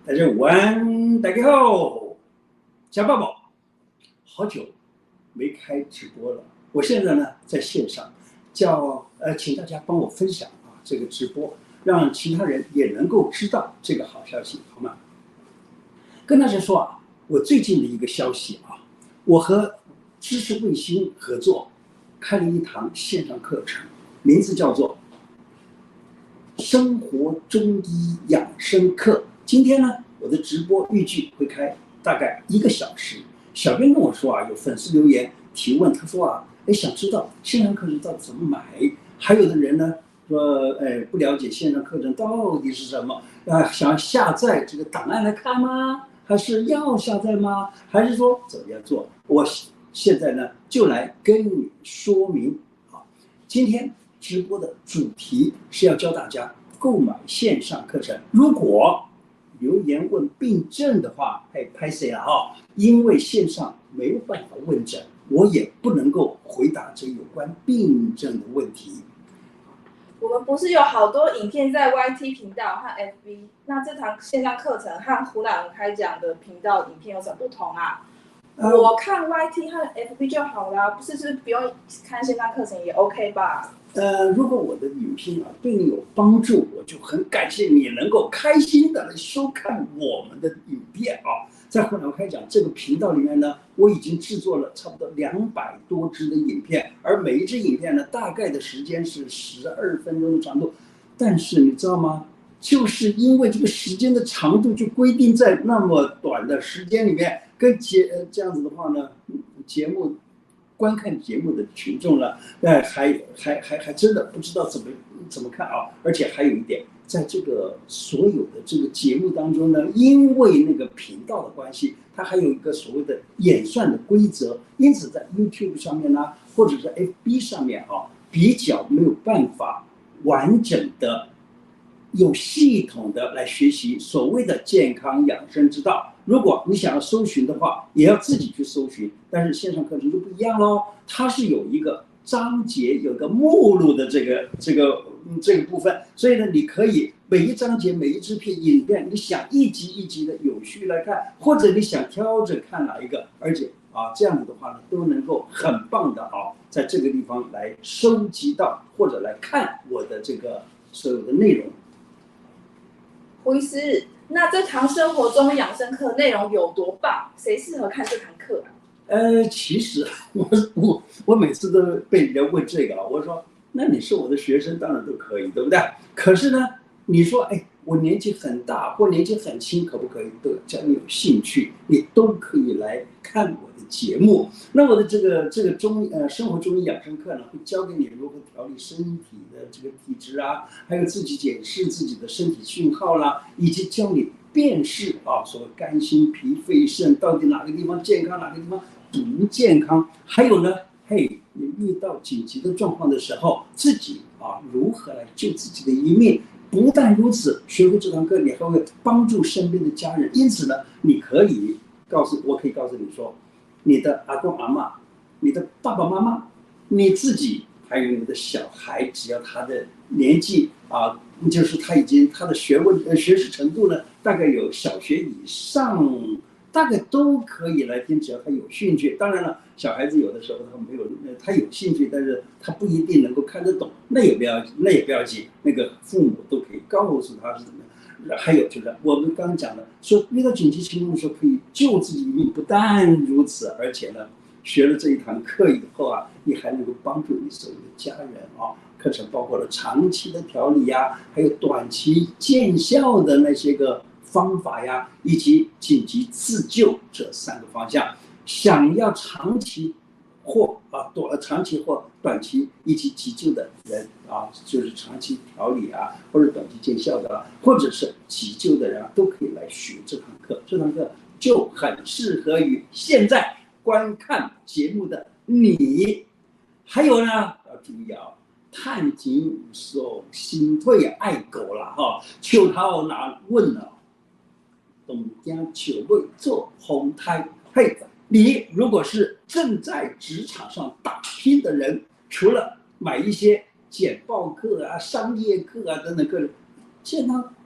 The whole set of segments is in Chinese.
大家午安，大家好，小宝宝，好久没开直播了，我现在呢在线上，请大家帮我分享这个直播，让其他人也能够知道这个好消息，好吗？跟大家说我最近的一个消息我和知识卫星合作开了一堂线上课程，名字叫做生活中医养生课。今天呢，我的直播预计会开大概1个小时。小编跟我说有粉丝留言提问，他说想知道线上课程到底怎么买？还有的人呢说，不了解线上课程到底是什么，想要下载这个档案来看吗？还是要下载吗？还是说怎么样做？我现在呢就来跟你说明今天直播的主题是要教大家购买线上课程。如果留言问病症的话，拍谁了因为线上没有办法问诊，我也不能够回答这有关病症的问题。 我们不是有好多影片在 YT 频道和 FB， 那这堂线上课程和湖南人开讲的频道影片有什么不同啊？我看 YT 和 FB 就好啦，不是不用看线上课程也 OK 吧？ 如果我的影片对你有帮助，我就很感谢你能够开心的来收看我们的影片在湖南开讲这个频道里面呢，我已经制作了差不多200多支的影片，而每一支影片呢，大概的时间是12分钟的长度。但是你知道吗？就是因为这个时间的长度就规定在那么短的时间里面，跟这样子的话呢，观看节目的群众呢，还真的不知道怎么看而且还有一点，在这个所有的这个节目当中呢，因为那个频道的关系，它还有一个所谓的演算的规则，因此在 YouTube 上面呢，或者是 FB 上面比较没有办法完整的有系统的来学习所谓的健康养生之道。如果你想要搜寻的话，也要自己去搜寻，但是线上课程就不一样咯，它是有一个章节，有个目录的这个部分，所以呢，你可以每一章节每一支影片，你想一集一集的有序来看，或者你想挑着看哪一个，而且这样子的话呢，都能够很棒的在这个地方来收集到或者来看我的这个所有的内容。 胡医师，那这堂生活中养生课内容有多棒？谁适合看这堂课其实我每次都被人家问这个我说那你是我的学生，当然都可以，对不对？可是呢，你说我年纪很大或年纪很轻，可不可以？都只要你有兴趣，你都可以来看我的节目。那我的这个生活中医养生课呢，会教给你如何调理身体的这个体质还有自己检视自己的身体讯号啦，以及教你辨识所谓肝心脾肺肾到底哪个地方健康，哪个地方不健康。还有呢，你遇到紧急的状况的时候，自己如何来救自己的一命。不但如此，学会这堂课，你还会帮助身边的家人。因此呢，我可以告诉你说，你的阿公阿嬷，你的爸爸妈妈，你自己，还有你的小孩，只要他的年纪就是他的学识程度呢，大概有小学以上，大概都可以来听，只要他有兴趣。当然了，小孩子有的时候他有兴趣，但是他不一定能够看得懂，那也不要紧，那个父母都可以告诉他是怎么样。还有就是我们刚刚讲的，说遇到紧急情况的时候可以救自己一命，不但如此，而且呢，学了这一堂课以后你还能够帮助你所有的家人课程包括了长期的调理还有短期见效的那些个方法以及紧急自救这3个方向。想要长期或短期以及急救的人就是长期调理或者短期见效的或者是急救的人都可以来学这堂课。这堂课就很适合于现在观看节目的你。还有呢，要注意探井无数，心退爱狗啦树头哪问了，东家球位做红胎。你如果是正在职场上打拼的人，除了买一些简报课商业课等等课程，健康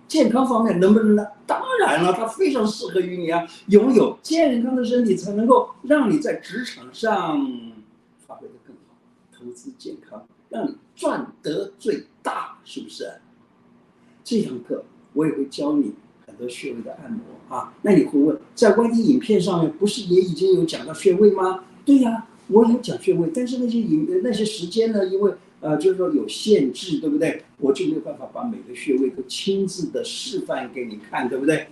健康方面能不能呢？当然了，它非常适合于你啊！拥有健康的身体，才能够让你在职场上发挥得更好，投资健康，让你赚得最大，是不是？这堂课我也会教你很多穴位的按摩啊。那你会问，在 YT 影片上面不是也已经有讲到穴位吗？对呀，我有讲穴位，但是那些时间呢，因为就是说有限制，对不对？我就没有办法把每个穴位都亲自的示范给你看，对不对？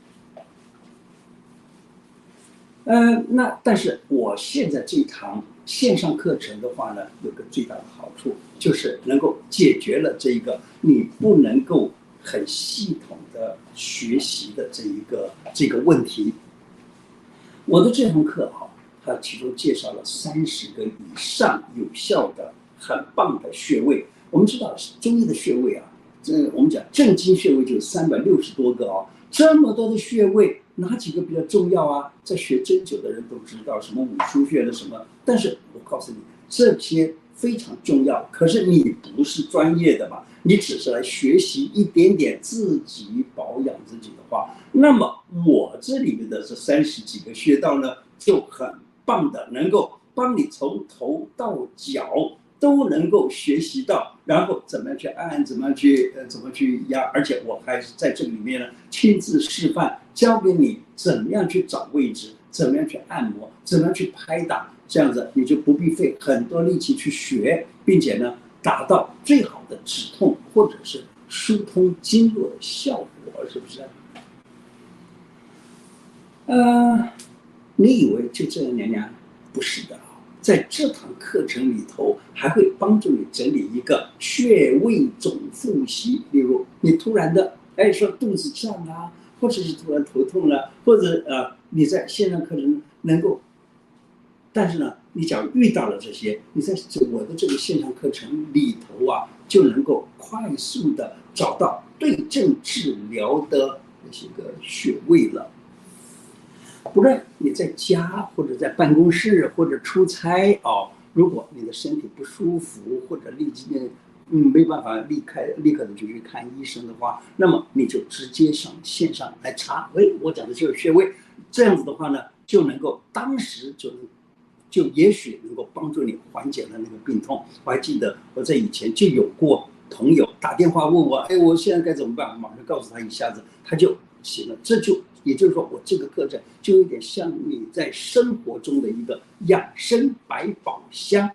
但是我现在这堂线上课程的话呢，有个最大的好处，就是能够解决了这个你不能够很系统的学习的这个问题。我的这堂课啊，它其中介绍了30个以上有效的、很棒的穴位。我们知道中医的穴位啊，我们讲正经穴位就360多个哦，这么多的穴位，哪几个比较重要啊？在学针灸的人都知道什么五腧穴的什么，但是我告诉你，这些非常重要。可是你不是专业的嘛，你只是来学习一点点自己保养自己的话，那么我这里面的这30几个穴道呢，就很棒的，能够帮你从头到脚都能够学习到，然后怎么样去按，怎么去压，而且我还在这里面呢亲自示范，教给你怎么样去找位置，怎么样去按摩，怎么样去拍打，这样子你就不必费很多力气去学，并且呢达到最好的止痛或者是疏通经络的效果，是不是？你以为就这样娘娘？不是的。在这堂课程里头，还会帮助你整理一个穴位总复习。例如，你突然的说肚子胀啊，或者是突然头痛了，或者你在线上课程能够，但是呢，你假如遇到了这些，你在我的这个线上课程里头啊，就能够快速的找到对症治疗的那些个穴位了。不论你在家或者在办公室或者出差如果你的身体不舒服或者没办法立刻的就去看医生的话，那么你就直接上线上来查，我讲的就是穴位，这样子的话呢，就能够当时就也许能够帮助你缓解了那个病痛。我还记得我在以前就有过朋友打电话问我，我现在该怎么办？马上告诉他一下子，他就行了。也就是说，我这个课程就有点像你在生活中的一个养生百宝箱。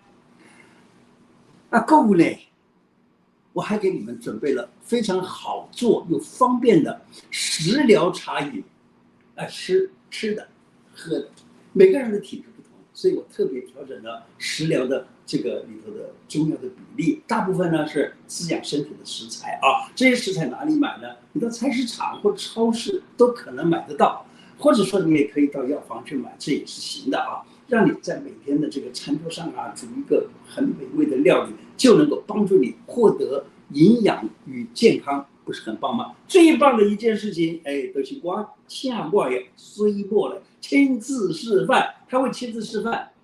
购物呢，我还给你们准备了非常好做又方便的食疗茶饮，吃的、喝的，每个人的体质不同，所以我特别调整了食疗的这个里头的中药的比例，大部分呢是滋养身体的食材这些食材哪里买呢？你到菜市场或超市都可能买得到，或者说你也可以到药房去买，这也是行的让你在每天的这个餐桌上煮一个很美味的料理，就能够帮助你获得营养与健康，不是很棒吗？最棒的一件事情，就是我请我的水某来亲自示范，他会亲自示范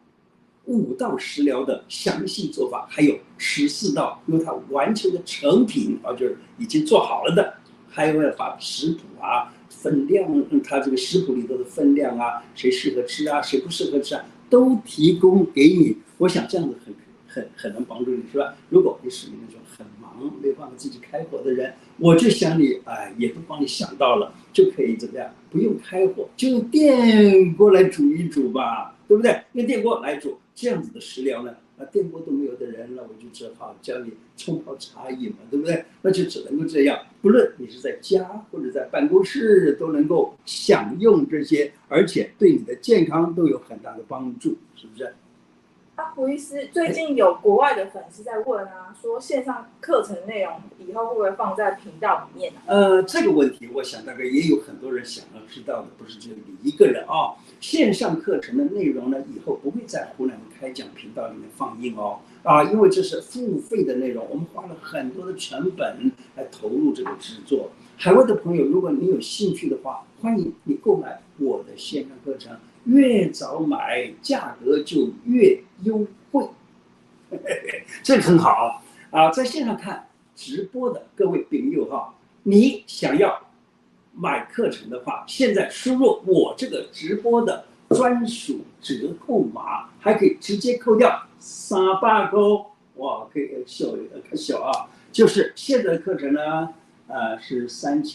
5道食疗的详细做法，还有14道由它完成的成品就是已经做好了的，还有要把食谱分量，它这个食谱里头的分量谁适合吃谁不适合吃都提供给你。我想这样子很能帮助你，是吧？如果你属于那种很忙没有办法自己开火的人，我就想你也都帮你想到了，就可以怎么样？不用开火，就用电锅来煮一煮吧，对不对？用电锅来煮，这样子的食疗呢，电锅都没有的人，那我就只好教你冲泡茶饮嘛，对不对？那就只能够这样。不论你是在家或者在办公室，都能够享用这些，而且对你的健康都有很大的帮助，是不是？ 胡医师，最近有国外的粉丝在问说线上课程内容以后会不会放在频道里面这个问题我想大概也有很多人想要知道的，不是只有你一个人线上课程的内容呢，以后不会在湖南开讲频道里面放映因为这是付费的内容，我们花了很多的成本来投入这个制作。海外的朋友，如果你有兴趣的话，欢迎你购买我的线上课程，越早买价格就越优惠，这个很好在线上看直播的各位朋友你想要买课程的话，现在输入我这个直播的专属折扣码，还可以直接扣掉300块，哇，可以小啊！就是现在的课程呢，是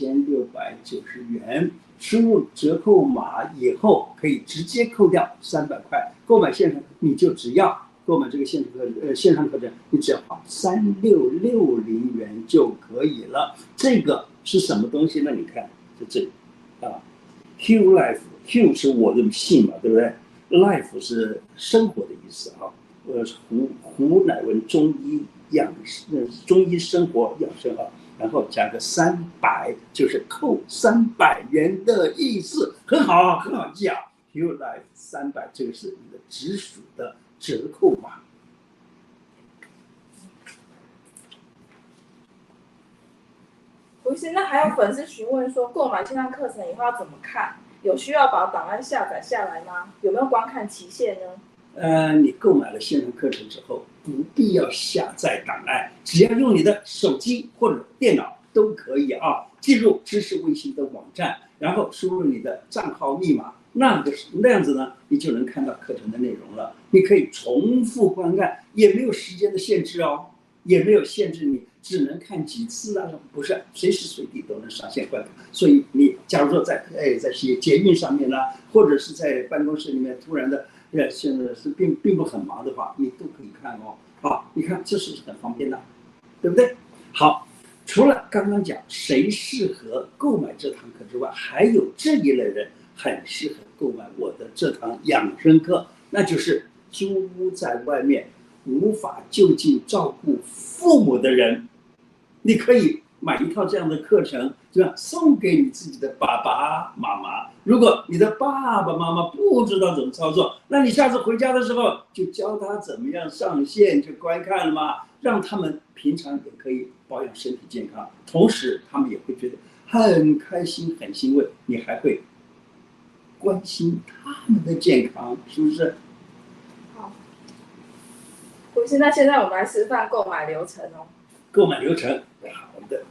3690元，输入折扣码以后可以直接扣掉300块。购买线上你就只要购买这个线上课程，你只要花3660元就可以了。这个是什么东西呢？你看在这里啊 ，Hugh Life，Hugh 是我的姓嘛，对不对 ？Life 是生活的意思啊。胡乃文中医生活养生啊，然后加个300，就是扣300元的意思，很好，很好记啊。Hugh Life 300，这个是你的直属的折扣码。 不是，那还有粉丝询问说，购买线上课程以后要怎么看？有需要把档案下载下来吗？有没有观看期限呢？ 你购买了线上课程之后，不必要下载档案，只要用你的手机或者电脑都可以啊。进入知识卫星的网站，然后输入你的账号密码，那样子呢，你就能看到课程的内容了。你可以重复观看，也没有时间的限制哦，也没有限制你只能看几次啊，不是随时随地都能上线观看。所以你假如说在捷运上面呢，或者是在办公室里面突然的。现在是并不很忙的话，你都可以看哦。好，你看这是不是很方便的，对不对？好，除了刚刚讲谁适合购买这堂课之外，还有这一类人很适合购买我的这堂养生课，那就是租屋在外面无法就近照顾父母的人，你可以买一套这样的课程，就送给你自己的爸爸妈妈。如果你的爸爸妈妈不知道怎么操作，那你下次回家的时候就教他怎么样上线就观看了嘛，让他们平常也可以保养身体健康，同时他们也会觉得很开心、很欣慰，你还会关心他们的健康，是不是？ 好，不是，那现在我们来示范购买流程哦。 购买流程，好的。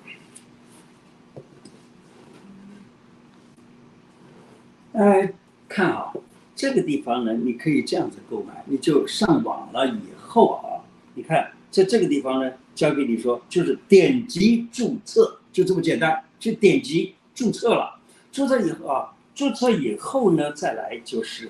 看啊，这个地方呢，你可以这样子购买，你就上网了以后啊，你看在这个地方呢，教给你说，就是点击注册，就这么简单，就点击注册了。注册以后呢，再来就是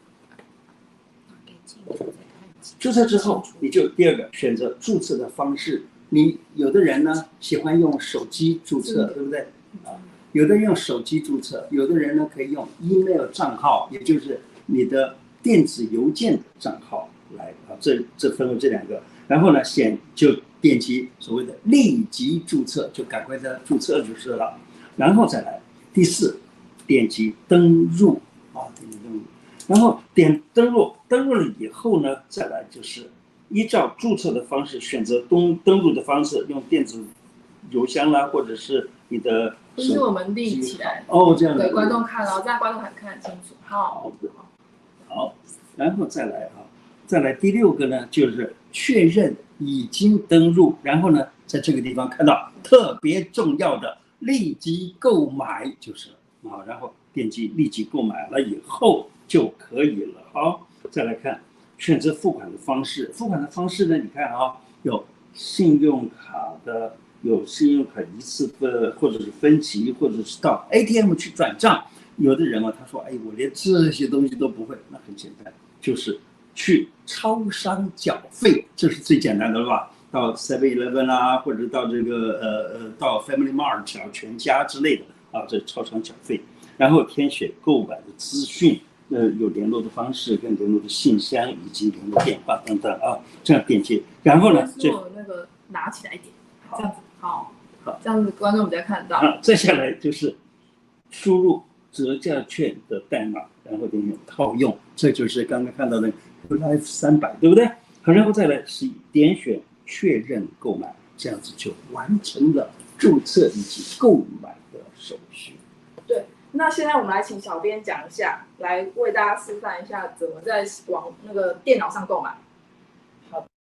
注册之后，你就第二个选择注册的方式。你有的人呢喜欢用手机注册，对不对？有的人用手机注册，有的人呢可以用 email 账号，也就是你的电子邮件的账号来啊。这分为这两个，然后呢，就点击所谓的立即注册，就赶快的注册就是了。然后再来第4，点击登录啊，点击登录，然后点登录了以后呢，再来就是依照注册的方式选择登录的方式，用电子邮箱啦，或者是你的。 就是我们立起来哦，这样给观众看，然后这样观众才看得清楚。好， 然后再来第6个呢，就是确认已经登录，然后呢，在这个地方看到特别重要的立即购买就是啊，然后点击立即购买了以后就可以了。好，再来看选择付款的方式，呢，你看啊，有信用卡的。有信用卡一次或者是分期，或者是到 ATM 去转账。有的人啊，他说：“哎，我连这些东西都不会。”那很简单，就是去超商缴费，这是最简单的了吧？到 7-Eleven 啦，或者到这个到 Family Mart 啊、全家之类的啊，这超商缴费，然后填写购买的资讯，有联络的方式、跟联络的信箱以及联络电话等等啊，这样点击，然后呢， 我那个拿起来一点，这样子。好，这样子观众比较看得到。 再下来就是输入折价券的代码，然后点选套用，这就是刚刚看到的 Life 300，对不对？好，然后再来是点选确认购买，这样子就完成了注册以及购买的手续。 对，那现在我们来请小编讲一下，来为大家示范一下怎么在那个电脑上购买。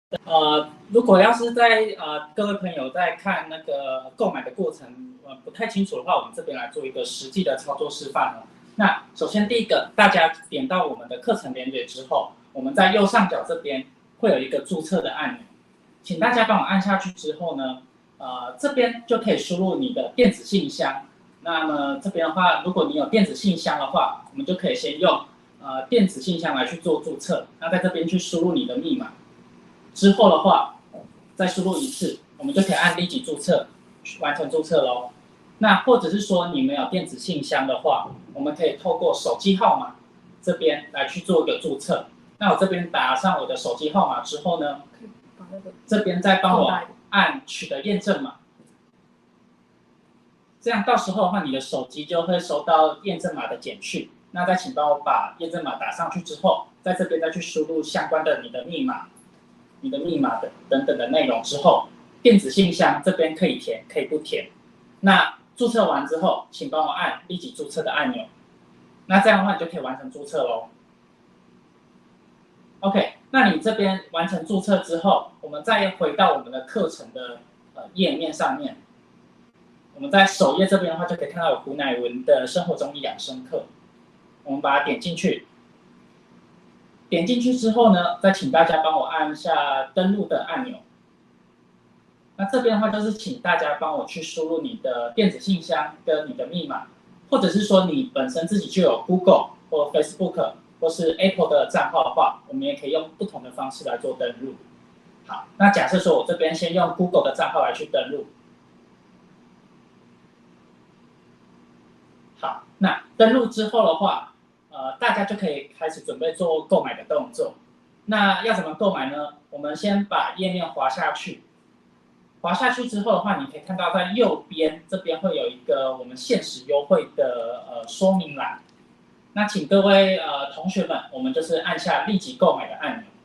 如果要是在各位朋友在看那个购买的过程不太清楚的话，我们这边来做一个实际的操作示范哦。那首先第一个，大家点到我们的课程连结之后，我们在右上角这边会有一个注册的按钮，请大家帮我按下去之后呢，这边就可以输入你的电子信箱。那么这边的话，如果你有电子信箱的话，我们就可以先用电子信箱来去做注册。那在这边去输入你的密码。之后的话，再输入一次，我们就可以按立即注册，完成注册咯。那或者是说你没有电子信箱的话，我们可以透过手机号码这边来去做一个注册。那我这边打上我的手机号码之后呢，这边再帮我按取得验证码。这样到时候的话，你的手机就会收到验证码的简讯。那再请帮我把验证码打上去之后，在这边再去输入相关的你的密码。等等的内容之后，电子信箱这边可以填，可以不填。那注册完之后，请帮我按立即注册的按钮。那这样的话，你就可以完成注册咯。OK， 那你这边完成注册之后，我们再回到我们的课程的页面上面。我们在首页这边的话，就可以看到有胡乃文的生活中医养生课。我们把它点进去。点进去之后呢，再请大家帮我按下登录的按钮。那这边的话就是请大家帮我去输入你的电子信箱跟你的密码，或者是说你本身自己就有 Google 或 Facebook 或是 Apple 的账号的话，我们也可以用不同的方式来做登录。好，那假设说我这边先用 Google 的账号来去登录。好，那登录之后的话，大家就可以开始准备做购买的动作。那要怎么购买呢？我们先把页面滑下去，滑下去之后的话，你可以看到在右边这边会有一个我们限时优惠的说明栏。那请各位同学们，我们就是按下立即购买的按钮。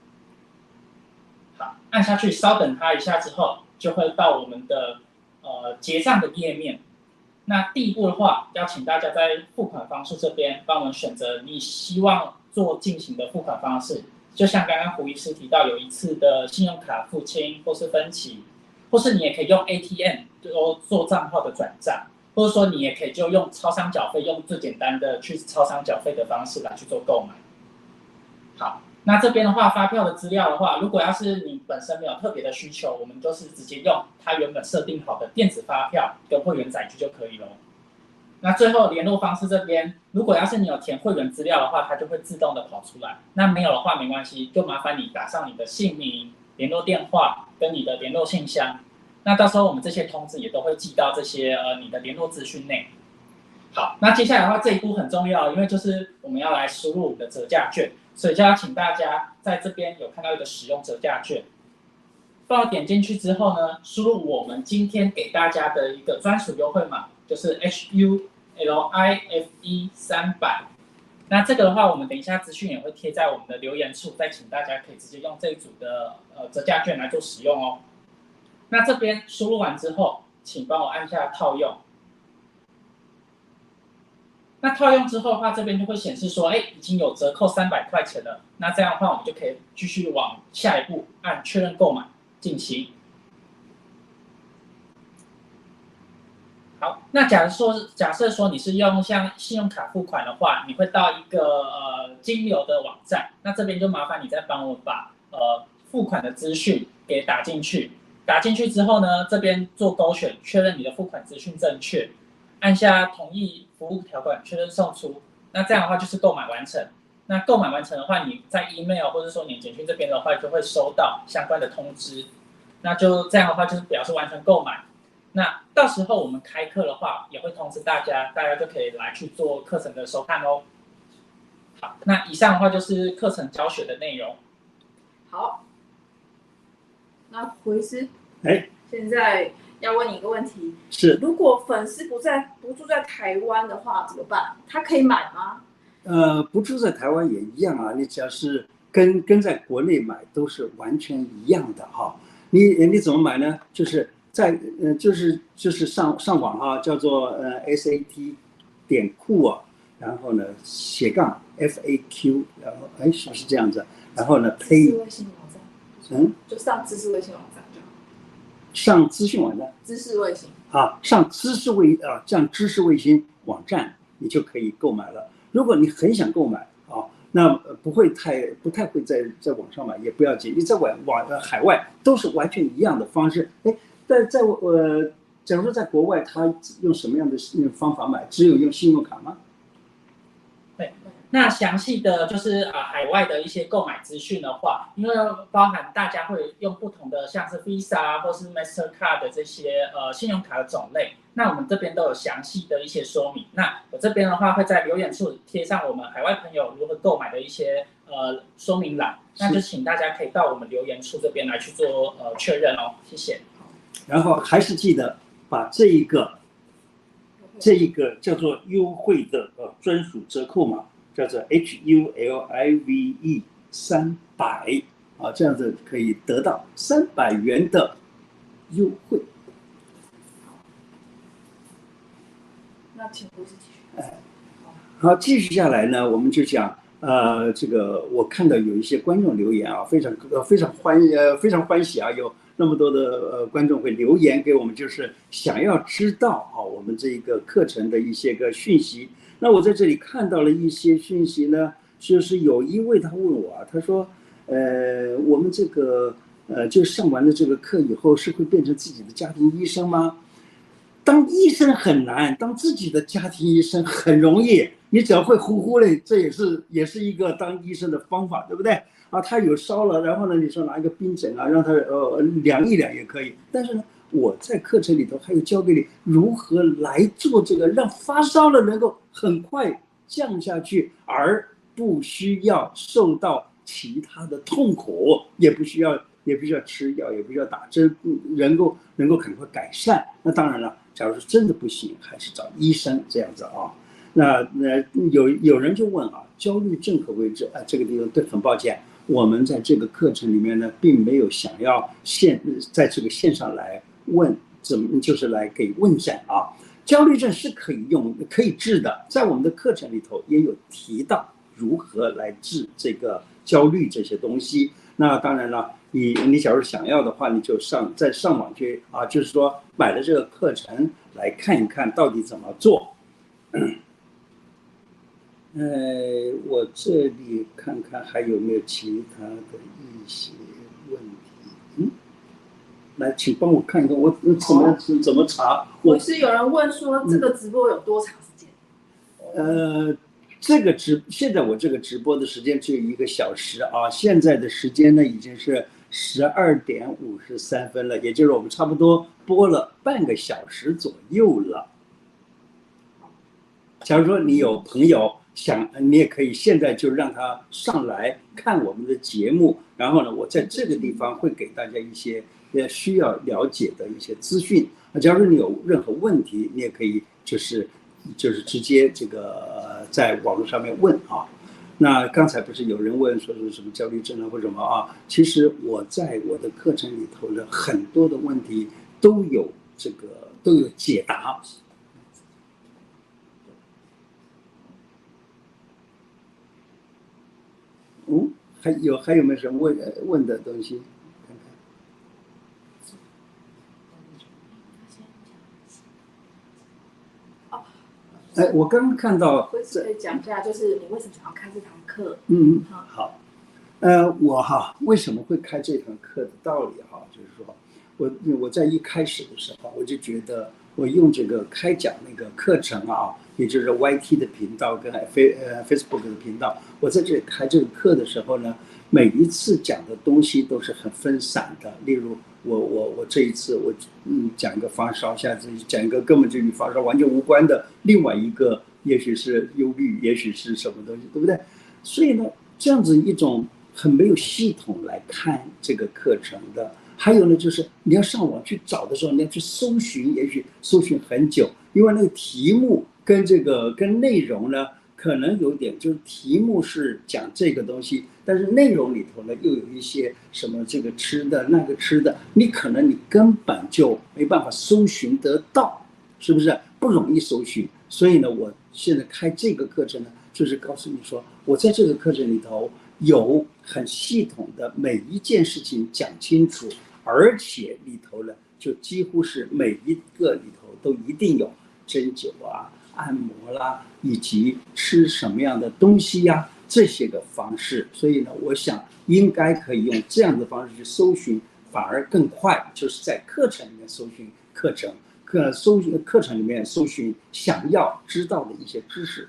好，按下去，稍等它一下之后，就会到我们的结账的页面。那第一步的话，要请大家在付款方式这边帮我们选择你希望进行的付款方式，就像刚刚胡医师提到，有一次的信用卡付清或是分期，或是你也可以用 ATM 做账号的转账，或者说你也可以就用超商缴费，用最简单的去超商缴费的方式来去做购买。好，那这边的话，发票的资料的话，如果要是你本身没有特别的需求，我们就是直接用它原本设定好的电子发票跟会员载具就可以了。那最后联络方式这边，如果要是你有填会员资料的话，它就会自动的跑出来。那没有的话没关系，就麻烦你打上你的姓名、联络电话跟你的联络信箱。那到时候我们这些通知也都会寄到这些你的联络资讯内。好，那接下来的话这一步很重要，因为就是我们要来输入我们的折价券。所以就要请大家在这边有看到一个使用折价券，帮我点进去之后呢，输入我们今天给大家的一个专属优惠码，就是 HULIFE300。那这个的话，我们等一下资讯也会贴在我们的留言处，再请大家可以直接用这一组的折价券来做使用哦。那这边输入完之后，请帮我按下套用。那套用之后的话，这边就会显示说，已经有折扣300块钱了。那这样的话，我们就可以继续往下一步按确认购买进行。好，那假设说你是用像信用卡付款的话，你会到一个金流的网站，那这边就麻烦你再帮我把付款的资讯给打进去。打进去之后呢，这边做勾选，确认你的付款资讯正确。按下同意服务条款，确认送出。那这样的话就是购买完成。那购买完成的话，你在 email 或者说你简讯这边的话，就会收到相关的通知。那就这样的话，就是表示完成购买。那到时候我们开课的话，也会通知大家，大家就可以来去做课程的收看哦。好，那以上的话就是课程教学的内容。 好，那胡医师， 现在要问你一个问题， 是， 如果粉丝不住在台湾的话怎么办？他可以买吗？ 不住在台湾也一样啊，你只要是跟在国内买都是完全一样的哈。你怎么买呢？就是就是上网哈，叫做SAT 点库啊，然后呢斜杠FAQ，然后是不是这样子？然后呢 Pay。 就上知识卫星网站就好。 上资讯网站。 知识卫星。 上知识卫星网站，你就可以购买了。如果你很想购买那不太会在网上买，也不要紧，你在海外都是完全一样的方式。假如说在国外，他用什么样的方法买？只有用信用卡吗？ 对，那详细的就是海外的一些购买资讯的话，因为包含大家会用不同的像是 Visa 或是 Mastercard 的这些信用卡的种类，那我们这边都有详细的一些说明。那我这边的话会在留言处贴上我们海外朋友如何购买的一些说明栏，那就请大家可以到我们留言处这边来去做确认哦，谢谢。 然后还是记得把这一个叫做优惠的专属折扣码，叫做 HULIVE 300这样子可以得到300元的优惠。 那请护士继续。 好，继续下来呢，我们就讲这个我看到有一些观众留言非常欢喜有那么多的观众会留言给我们，就是想要知道我们这个课程的一些个讯息。那我在这里看到了一些讯息呢，就是有一位他问我他说我们这个就上完了这个课以后是会变成自己的家庭医生吗？当医生很难，当自己的家庭医生很容易，你只要会呼呼嘞，这也是一个当医生的方法，对不对？他有烧了，然后呢，你说拿一个冰枕让他量一量也可以。但是呢，我在课程里头还有教给你如何来做这个，让发烧了能够很快降下去，而不需要受到其他的痛苦，也不需要吃药，也不需要打针，能够赶快改善。那当然了，假如是真的不行，还是找医生这样子那有人就问焦虑症何为治？这个地方对，很抱歉，我们在这个课程里面呢，并没有想要在这个线上来问，就是来给问诊焦虑症是可以治的，在我们的课程里头也有提到如何来治这个焦虑这些东西。那当然了，你假如想要的话，你就再上网去就是说买了这个课程来看一看到底怎么做。我这里看看还有没有其他的一些问题。来，请帮我看一看，我怎么查？ 我是有人问说这个直播有多长时间？ 现在我这个直播的时间只有1个小时现在的时间呢已经是12点53分了，也就是我们差不多播了半个小时左右了。假如说你有朋友你也可以现在就让他上来看我们的节目，然后呢，我在这个地方会给大家一些需要了解的一些资讯。假如你有任何问题，你也可以就是直接这个在网络上面问那刚才不是有人问说是什么焦虑症或者什么其实我在我的课程里头的很多的问题都有解答。还有没有什么问的东西？看看。我刚刚看到。 可以讲一下，就是你为什么想要开这堂课？ 好。我为什么会开这堂课的道理就是说，我在一开始的时候，我就觉得我用这个开讲那个课程也就是 YT 的频道跟Facebook 的频道，我在这里开这个课的时候呢，每一次讲的东西都是很分散的。例如我这一次我讲一个发烧，下次讲一个根本就与发烧完全无关的另外一个，也许是忧虑，也许是什么东西，对不对？所以呢，这样子一种很没有系统来看这个课程的。还有呢，就是你要上网去找的时候，你要去搜寻，也许搜寻很久，因为那个题目跟内容呢，可能有点就是题目是讲这个东西，但是内容里头呢又有一些什么这个吃的那个吃的，你根本就没办法搜寻得到，是不是不容易搜寻？所以呢，我现在开这个课程呢，就是告诉你说，我在这个课程里头有很系统的每一件事情讲清楚，而且里头呢，就几乎是每一个里头都一定有针灸啊、按摩啦，以及吃什么样的东西呀，这些个方式。所以呢，我想应该可以用这样的方式去搜寻，反而更快，就是在课程里面搜寻课程。课程里面搜寻想要知道的一些知识。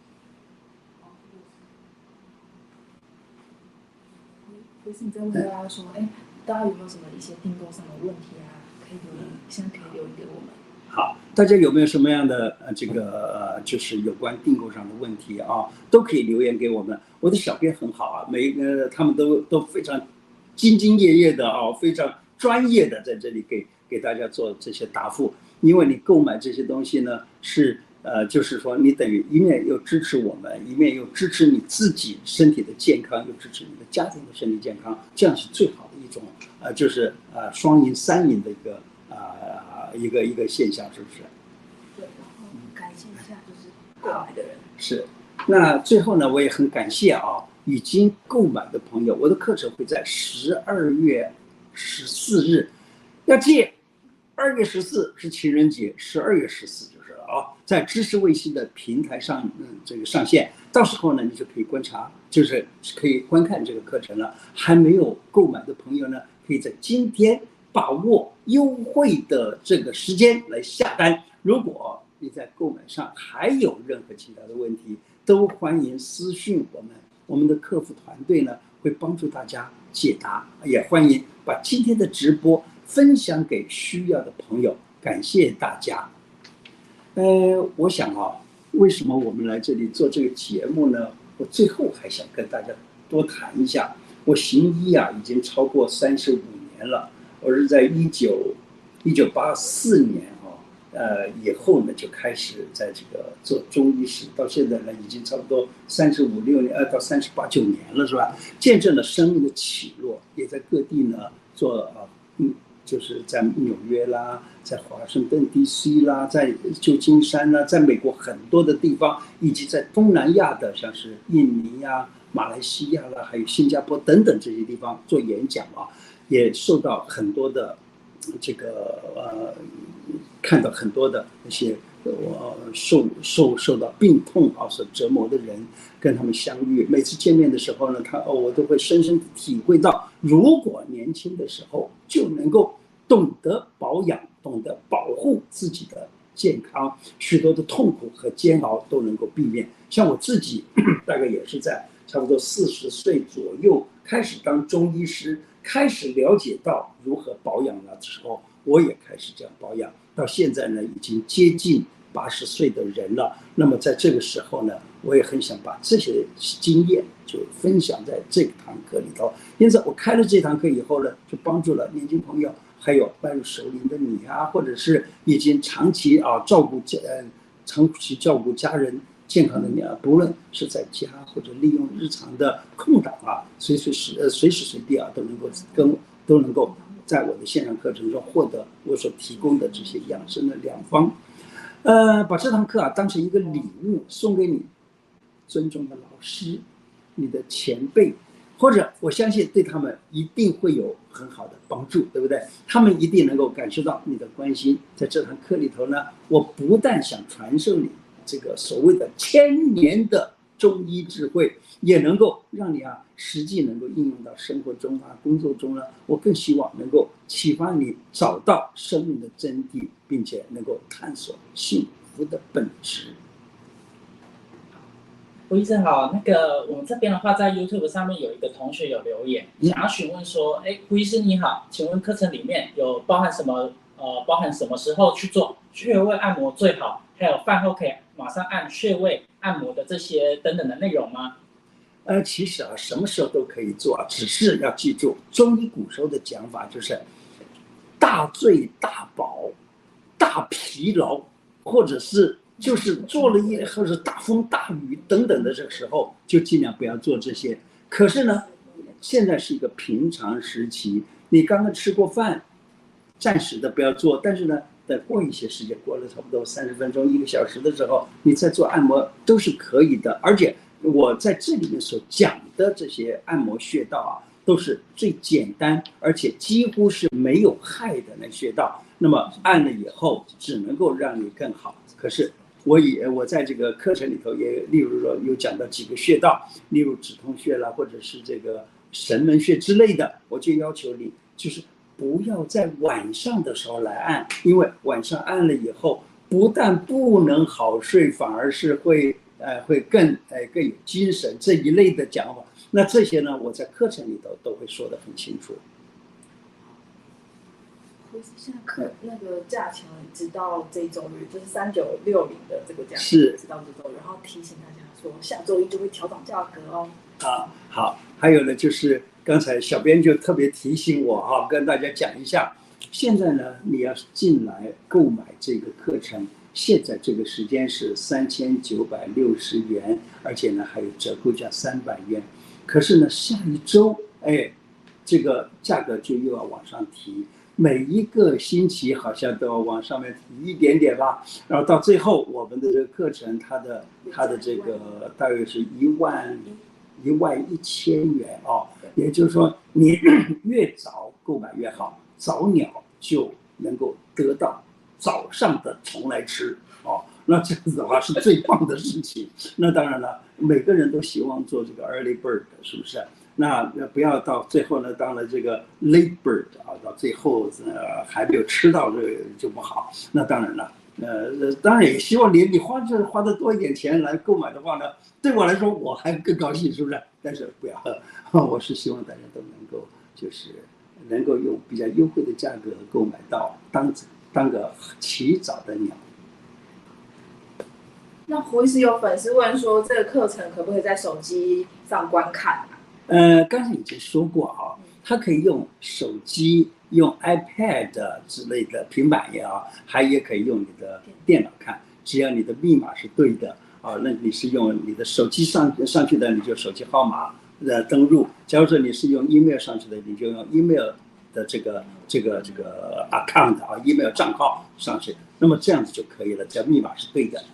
不是你在问大家说，大家有没有什么一些订购上的问题啊？现在可以留言给我们。 好，大家有没有什么样的就是有关订购上的问题啊，都可以留言给我们。我的小编很好啊，每一个他们都非常兢兢业业的啊，非常专业的在这里给大家做这些答复。因为你购买这些东西呢，是就是说你等于一面又支持我们，一面又支持你自己身体的健康，又支持你的家庭的身体健康，这样是最好的一种就是双赢三赢的一个现象，是不是？ 对，然后感谢一下就是购买的人。 是，那最后呢，我也很感谢已经购买的朋友，我的课程会在12月14日，要记。2月14是情人节，12月14就是了在知识卫星的平台上，这个上线，到时候呢，你就可以观察，就是可以观看这个课程了。还没有购买的朋友呢，可以在今天把握优惠的这个时间来下单。如果你在购买上还有任何其他的问题，都欢迎私讯我们，我们的客服团队呢会帮助大家解答，也欢迎把今天的直播分享给需要的朋友，感谢大家。我想为什么我们来这里做这个节目呢？我最后还想跟大家多谈一下，我行医已经超过35年了。我是在1984年以后呢就开始在这个做中医师，到现在呢已经差不多35、6年到38、9年了，是吧？见证了生命的起落，也在各地呢做就是在纽约啦，在华盛顿 DC 啦，在旧金山啦，在美国很多的地方，以及在东南亚的像是印尼呀、马来西亚啦，还有新加坡等等这些地方做演讲也受到很多的这个看到很多的那些受到病痛所折磨的人，跟他们相遇。每次见面的时候呢，我都会深深体会到，如果年轻的时候就能够懂得保养，懂得保护自己的健康，许多的痛苦和煎熬都能够避免。像我自己大概也是在差不多40岁左右开始当中医师，开始了解到如何保养的时候，我也开始这样保养。到现在呢，已经接近80岁的人了。那么在这个时候呢，我也很想把这些经验就分享在这堂课里头。因此我开了这堂课以后呢，就帮助了年轻朋友，还有迈入熟龄的你或者是已经长期照顾家人健康的你不论是在家或者利用日常的空档随时随地都能够在我的线上课程中获得我所提供的这些养生的良方。把这堂课当成一个礼物送给你尊重的老师、你的前辈，或者我相信对他们一定会有很好的帮助，对不对？他们一定能够感受到你的关心。在这堂课里头呢，我不但想传授你这个所谓的1000年的中医智慧，也能够让你实际能够应用到生活中工作中呢。我更希望能够启发你找到生命的真谛，并且能够探索幸福的本质。 胡医生好，我们这边的话，在 YouTube 上面有一个同学有留言，想要询问说，胡医师你好，请问课程里面有包含什么时候去做穴位按摩最好，还有饭后可以马上按穴位按摩的这些等等的内容吗？ 其实什么时候都可以做只是要记住中医古时候的讲法，就是大醉大饱、大疲劳，或者是就是做了或者大风大雨等等的这个时候，就尽量不要做这些。可是呢，现在是一个平常时期，你刚刚吃过饭，暂时的不要做，但是呢，等过一些时间，过了差不多30分钟、1个小时的时候，你再做按摩都是可以的。而且我在这里面所讲的这些按摩穴道啊，都是最简单，而且几乎是没有害的那穴道。那么按了以后，只能够让你更好。可是我在这个课程里头也，例如说有讲到几个穴道，例如止痛穴啦，或者是这个神门穴之类的，我就要求你就是不要在晚上的时候来按，因为晚上按了以后，不但不能好睡，反而是会更有精神这一类的讲法。那这些呢，我在课程里头都会说得很清楚。 现在课那个价钱直到这周日，就是3960的这个价钱， 是直到这周日，然后提醒大家说，下周一就会调涨价格哦。 好，还有呢，就是刚才小编就特别提醒我啊，跟大家讲一下，现在呢，你要进来购买这个课程，现在这个时间是3960元，而且呢还有折扣价300元。可是呢，下一周，这个价格就又要往上提。每一个星期好像都要往上面提一点点吧，然后到最后我们的这个课程，它的这个大约是11000元哦，也就是说你越早购买越好，早鸟就能够得到早上的虫来吃哦，那这样子的话是最棒的事情。那当然了，每个人都希望做这个 early bird， 是不是？那不要到最后呢，当了这个 late bird 啊，到最后还没有吃到这个就不好。那当然了，当然也希望你花的多一点钱来购买的话呢，对我来说我还更高兴，是不是？但是不要，我是希望大家都能够能够用比较优惠的价格购买到，当个起早的鸟。 那胡医师有粉丝问说，这个课程可不可以在手机上观看啊？ 刚才已经说过啊，它可以用手机、用 iPad 之类的平板也好，也可以用你的电脑看，只要你的密码是对的啊，那你是用你的手机上去的，你就手机号码登录；假如说你是用 email 上去的，你就用 email 的这个 account 啊 ，email 账号上去，那么这样子就可以了，只要密码是对的。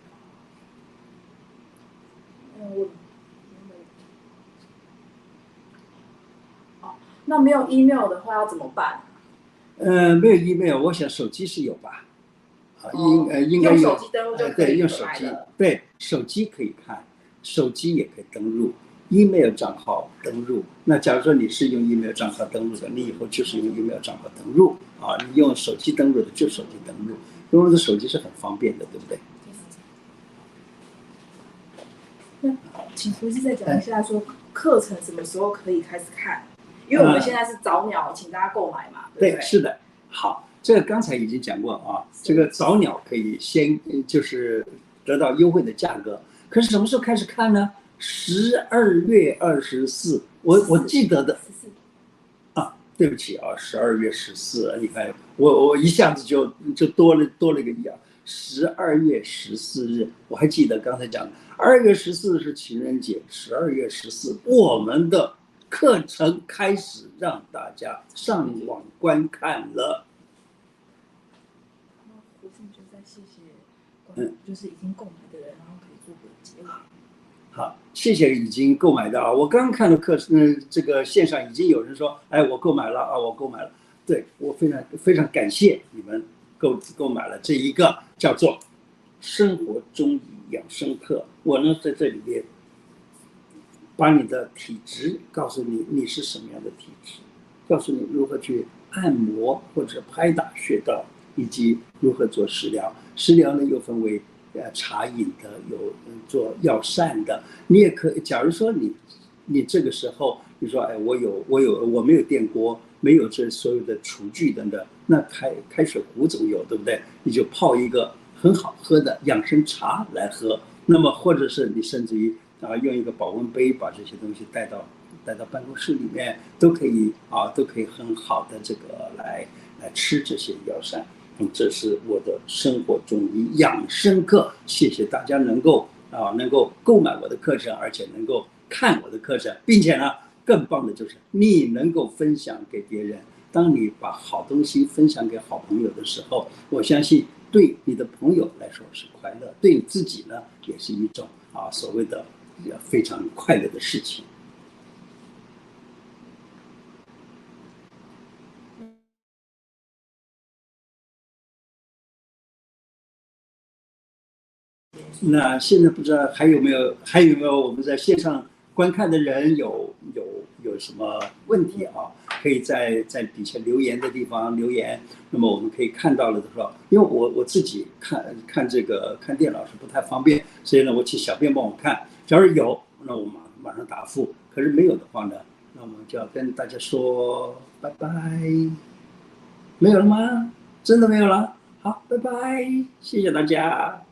那没有 email 的话要怎么办？ 没有 email， 我想手机是有吧？应该有。 用手机登录就可以对，用手机，对，手机可以看，手机也可以登录 email 账号登录。那假如说你是用 email 账号登录的，你以后就是用 email 账号登录啊。你用手机登录的就手机登录，因为我的手机是很方便的，对不对？ 那请胡医师再讲一下，说课程什么时候可以开始看？因为我们现在是早鸟，请大家购买嘛，对不对？ 是的。好，这个刚才已经讲过啊，这个早鸟可以先就是得到优惠的价格。可是什么时候开始看呢？12月24，我记得的啊，对不起啊，12月14，你看我一下子就多了一个1啊。12月14日，我还记得刚才讲的，2月14日是情人节，12月14我们的课程开始让大家上网观看了。 胡医生就再谢谢，就是已经购买的人，然后可以做个结尾。 好，谢谢已经购买的啊！我刚刚看的课程，这个线上已经有人说，我购买了啊，我购买了。对，我非常感谢你们购买了这一个叫做生活中医养生课。我呢在这里边把你的体质告诉你，你是什么样的体质，告诉你如何去按摩或者拍打穴道，以及如何做食疗。食疗呢又分为茶饮的，有做药膳的。你也可以，假如说你这个时候你说我没有电锅，没有这所有的厨具等等，那开水壶总有，对不对？你就泡一个很好喝的养生茶来喝。那么或者是你甚至于用一个保温杯把这些东西带到办公室里面，都可以很好的这个来吃这些药膳。这是我的生活中医养生课，谢谢大家能够购买我的课程，而且能够看我的课程，并且呢，更棒的就是你能够分享给别人。当你把好东西分享给好朋友的时候，我相信对你的朋友来说是快乐，对你自己呢也是一种所谓的非常快乐的事情。那现在不知道还有没有我们在线上观看的人有什么问题啊？可以在底下留言的地方留言。那么我们可以看到了的时候，因为我自己看电脑是不太方便，所以呢，我请小编帮我看。假如有，那我马上答复；可是没有的话呢，那我们就要跟大家说拜拜。没有了吗？真的没有了？好，拜拜，谢谢大家。